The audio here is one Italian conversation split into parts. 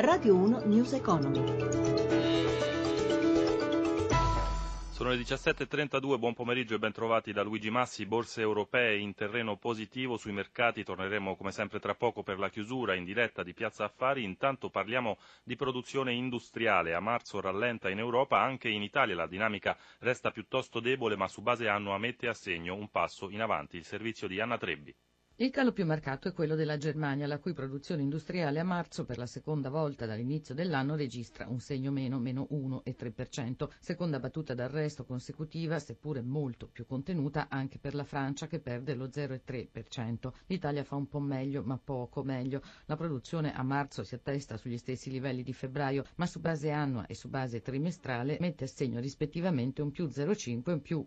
Radio 1 News Economy. Sono le 17.32, buon pomeriggio e ben trovati da Luigi Massi. Borse europee in terreno positivo sui mercati, torneremo come sempre tra poco per la chiusura in diretta di Piazza Affari. Intanto parliamo di produzione industriale. A marzo rallenta in Europa, anche in Italia la dinamica resta piuttosto debole, ma su base annua mette a segno un passo in avanti. Il servizio di Anna Trebbi. Il calo più marcato è quello della Germania, la cui produzione industriale a marzo per la seconda volta dall'inizio dell'anno registra un segno meno 1,3%, seconda battuta d'arresto consecutiva, seppure molto più contenuta, anche per la Francia che perde lo 0,3%. L'Italia fa un po' meglio, ma poco meglio. La produzione a marzo si attesta sugli stessi livelli di febbraio, ma su base annua e su base trimestrale mette a segno rispettivamente un più 0,5 e un più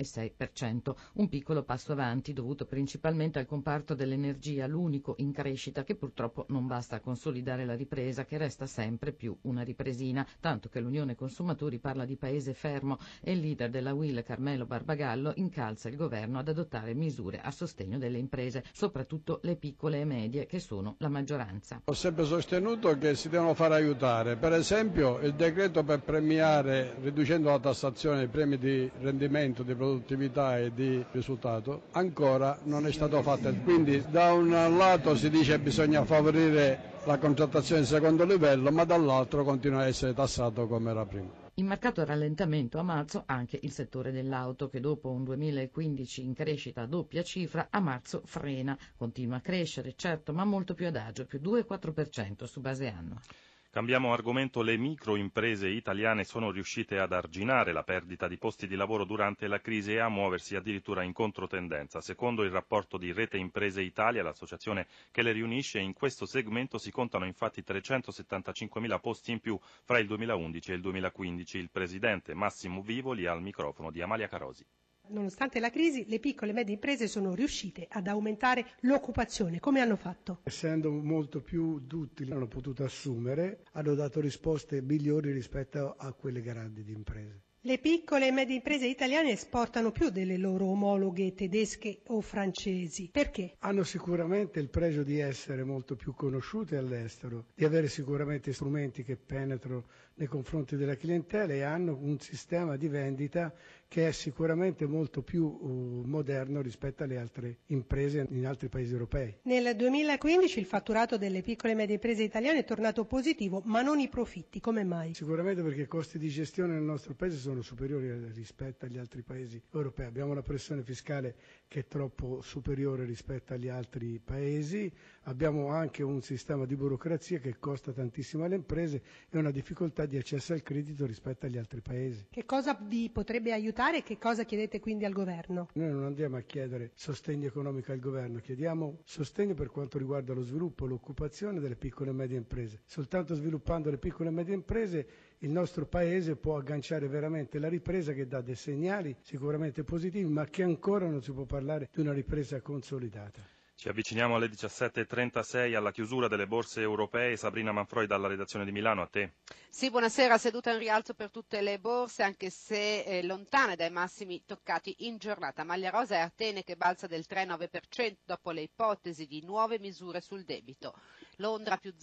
1,6%. Un piccolo passo avanti dovuto principalmente al comparto dell'energia, l'unico in crescita, che purtroppo non basta a consolidare la ripresa, che resta sempre più una ripresina, tanto che l'Unione Consumatori parla di paese fermo e il leader della UIL, Carmelo Barbagallo, incalza il governo ad adottare misure a sostegno delle imprese, soprattutto le piccole e medie, che sono la maggioranza. Ho sempre sostenuto che si devono fare aiutare, per esempio il decreto per premiare, riducendo la tassazione dei premi di rendimento, di produttività e di risultato, ancora non è stato fatto. Quindi da un lato si dice che bisogna favorire la contrattazione di secondo livello, ma dall'altro continua a essere tassato come era prima. In marcato rallentamento a marzo anche il settore dell'auto, che dopo un 2015 in crescita a doppia cifra a marzo frena, continua a crescere certo, ma molto più adagio, più 2,4% su base annua. Cambiamo argomento, le microimprese italiane sono riuscite ad arginare la perdita di posti di lavoro durante la crisi e a muoversi addirittura in controtendenza. Secondo il rapporto di Rete Imprese Italia, l'associazione che le riunisce, in questo segmento si contano infatti 375.000 posti in più fra il 2011 e il 2015. Il presidente Massimo Vivoli al microfono di Amalia Carosi. Nonostante la crisi, le piccole e medie imprese sono riuscite ad aumentare l'occupazione. Come hanno fatto? Essendo molto più duttili, hanno potuto assumere, hanno dato risposte migliori rispetto a quelle grandi di imprese. Le piccole e medie imprese italiane esportano più delle loro omologhe tedesche o francesi. Perché? Hanno sicuramente il pregio di essere molto più conosciute all'estero, di avere sicuramente strumenti che penetrano nei confronti della clientela e hanno un sistema di vendita che è sicuramente molto più moderno rispetto alle altre imprese in altri paesi europei. Nel 2015 il fatturato delle piccole e medie imprese italiane è tornato positivo, ma non i profitti. Come mai? Sicuramente perché i costi di gestione nel nostro paese sono superiori rispetto agli altri paesi europei. Abbiamo una pressione fiscale che è troppo superiore rispetto agli altri paesi, abbiamo anche un sistema di burocrazia che costa tantissimo alle imprese e una difficoltà di accesso al credito rispetto agli altri paesi. Che cosa vi potrebbe aiutare e che cosa chiedete quindi al governo? Noi non andiamo a chiedere sostegno economico al governo, chiediamo sostegno per quanto riguarda lo sviluppo e l'occupazione delle piccole e medie imprese. Soltanto sviluppando le piccole e medie imprese il nostro paese può agganciare veramente la ripresa, che dà dei segnali sicuramente positivi, ma che ancora non si può parlare di una ripresa consolidata. Ci avviciniamo alle 17.36 alla chiusura delle borse europee. Sabrina Manfroi dalla redazione di Milano, a te. Sì, buonasera, seduta in rialzo per tutte le borse, anche se lontane dai massimi toccati in giornata. Maglia rosa è Atene che balza del 3,9% dopo le ipotesi di nuove misure sul debito. Londra più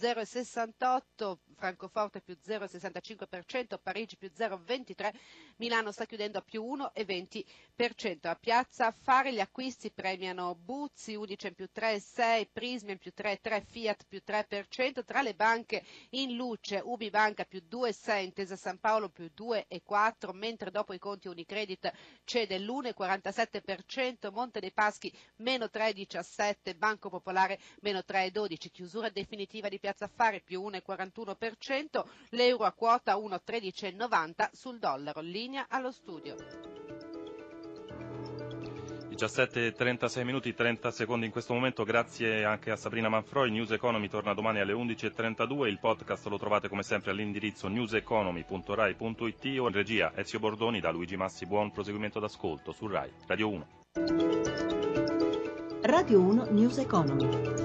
0,68%, Francoforte più 0,65%, Parigi più 0,23%, Milano sta chiudendo a più 1,20%. A Piazza Affari gli acquisti premiano Buzzi, Udice in più 3,6%, Prisma in più 3,3%, Fiat più 3%. Tra le banche in luce Ubibanca più 2,6%, Intesa San Paolo più 2,4%, mentre dopo i conti Unicredit cede l'1,47%, Monte dei Paschi meno 3,17%, Banco Popolare meno 3,12%. Chiusura definitiva di Piazza Affari più 1,41%, l'euro a quota 1,1390 sul dollaro. Linea allo studio. 17.36 minuti 30 secondi in questo momento, grazie anche a Sabrina Manfroi. News Economy torna domani alle 11.32, il podcast lo trovate come sempre all'indirizzo newseconomy.rai.it o in regia Ezio Bordoni. Da Luigi Massi buon proseguimento d'ascolto su Rai Radio 1. Radio 1 News Economy.